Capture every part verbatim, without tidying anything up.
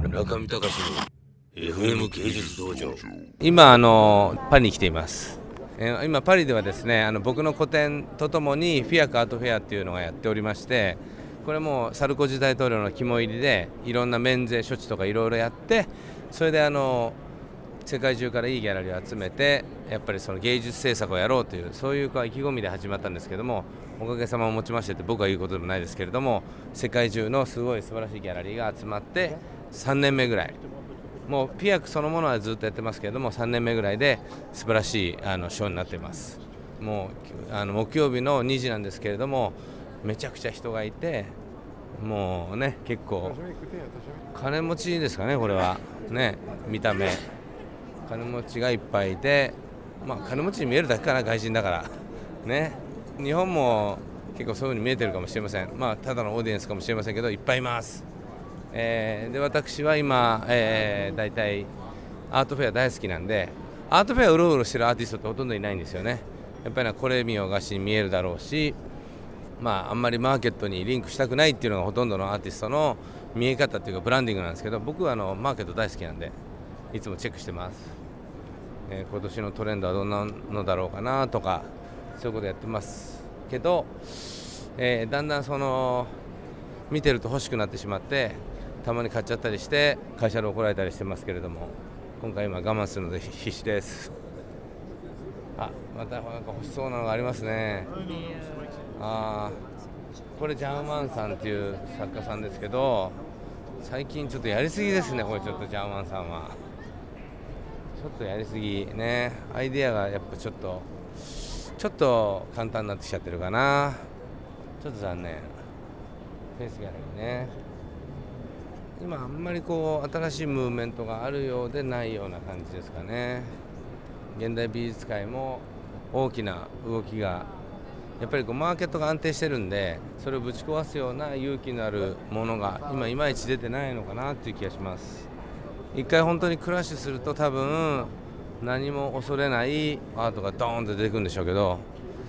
中見隆の エフエム 芸術道場。今あのパリに来ています。えー、今パリではですね、あの僕の個展とともにフィアクアートフェアっていうのがやっておりまして、これもサルコジ大統領の肝入りでいろんな免税処置とかいろいろやって、それであの世界中からいいギャラリーを集めて、やっぱりその芸術制作をやろうという、そういう意気込みで始まったんですけども、おかげさまをもちましてって僕が言うことでもないですけれども、世界中のすごい素晴らしいギャラリーが集まってさんねんめぐらい、もうピアクそのものはずっとやってますけれども、さんねんめぐらいで素晴らしいあのショーになっています。もうあの木曜日のにじなんですけれども、めちゃくちゃ人がいて、もうね、結構金持ちですかね、これはね、見た目金持ちがいっぱいいて、まあ金持ちに見えるだけかな、外人だからね。日本も結構そういう風に見えてるかもしれません。まあただのオーディエンスかもしれませんけど、いっぱいいます。えー、で私は今、えー、だいたいアートフェア大好きなんで、アートフェアうろうろしてるアーティストってほとんどいないんですよね。やっぱりこれ見よがしに見えるだろうし、まああんまりマーケットにリンクしたくないっていうのがほとんどのアーティストの見え方っていうかブランディングなんですけど、僕はあのマーケット大好きなんでいつもチェックしてます。えー、今年のトレンドはどんなのだろうかなとか、そういうことやってますけど、えー、だんだんその見てると欲しくなってしまって、たまに買っちゃったりして会社で怒られたりしてますけれども、今回今我慢するので必死です。あ、またなんか欲しそうなのがありますね。あ、これジャーマンさんっていう作家さんですけど、最近ちょっとやりすぎですね。これちょっとジャーマンさんはちょっとやりすぎね。アイデアがやっぱちょっとちょっと簡単になってきちゃってるかな。ちょっと残念。フェイスギャラリーね、今あんまりこう新しいムーブメントがあるようでないような感じですかね。現代美術界も大きな動きが、やっぱりこうマーケットが安定してるんで、それをぶち壊すような勇気のあるものが今いまいち出てないのかなっていう気がします。一回本当にクラッシュすると、多分何も恐れないアートがドーンと出てくるんでしょうけど、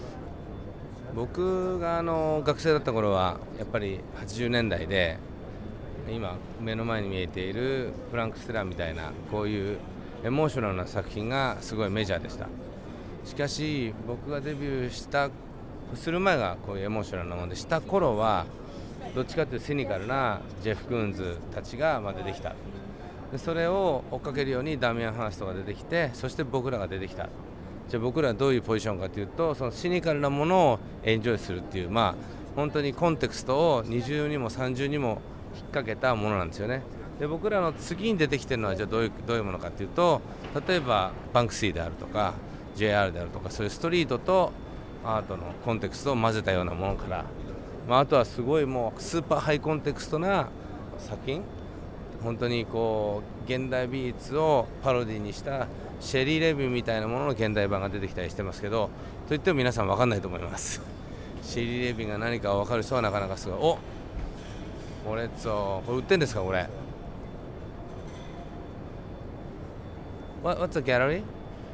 僕があの学生だった頃はやっぱりはちじゅうねんだいで、今目の前に見えているフランク・ステランみたいなこういうエモーショナルな作品がすごいメジャーでした。しかし僕がデビューしたする前がこういうエモーショナルなもので、した頃はどっちかというとセニカルなジェフ・クーンズたちがまあ出てきた。でそれを追っかけるようにダミアン・ハーストが出てきて、そして僕らが出てきた。じゃあ僕らはどういうポジションかというと、そのシニカルなものをエンジョイするっていう、まあ本当にコンテクストを二重にも三重にも引っ掛けたものなんですよね。で僕らの次に出てきてるのはじゃあどういうどういうものかというと、例えばバンクシーであるとか ジェイアール であるとか、そういうストリートとアートのコンテクストを混ぜたようなものから、まあ、あとはすごいもうスーパーハイコンテクストな作品、本当にこう現代美術をパロディにしたシェリー・レビューみたいなものの現代版が出てきたりしてますけど、といっても皆さん分かんないと思います。シェリー・レビューが何か分かる人はなかなかすごい。お、これぞ、これ売ってんですかこれ。What, What's a gallery? ん？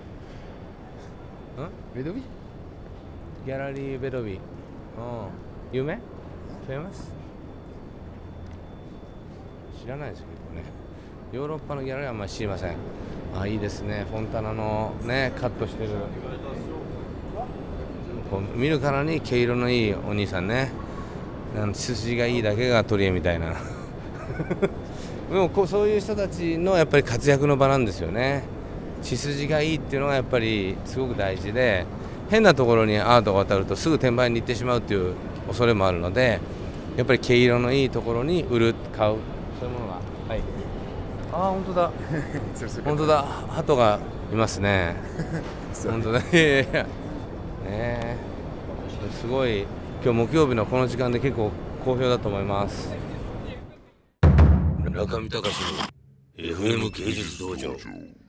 ベドビ？ ギャラリーベドビー。うん。有名？フェイマス？知らないですけどね。ヨーロッパのギャラリーはあんまり知りません。あ、いいですね。フォンタナのね、カットしてる。こう見るからに毛色のいいお兄さんね。血筋がいいだけが取り柄みたいな。でもこうそういう人たちのやっぱり活躍の場なんですよね。血筋がいいっていうのがやっぱりすごく大事で、変なところにアートが渡るとすぐ転売に行ってしまうっていう恐れもあるので、やっぱり毛色のいいところに売る、買う、そういうものが、はい。ああ、本当だ。本当だ。鳩がいますね。本当だ。いやいや。ねえ。すごい。今日木曜日のこの時間で結構好評だと思います。中見隆の エフエム 芸術道場。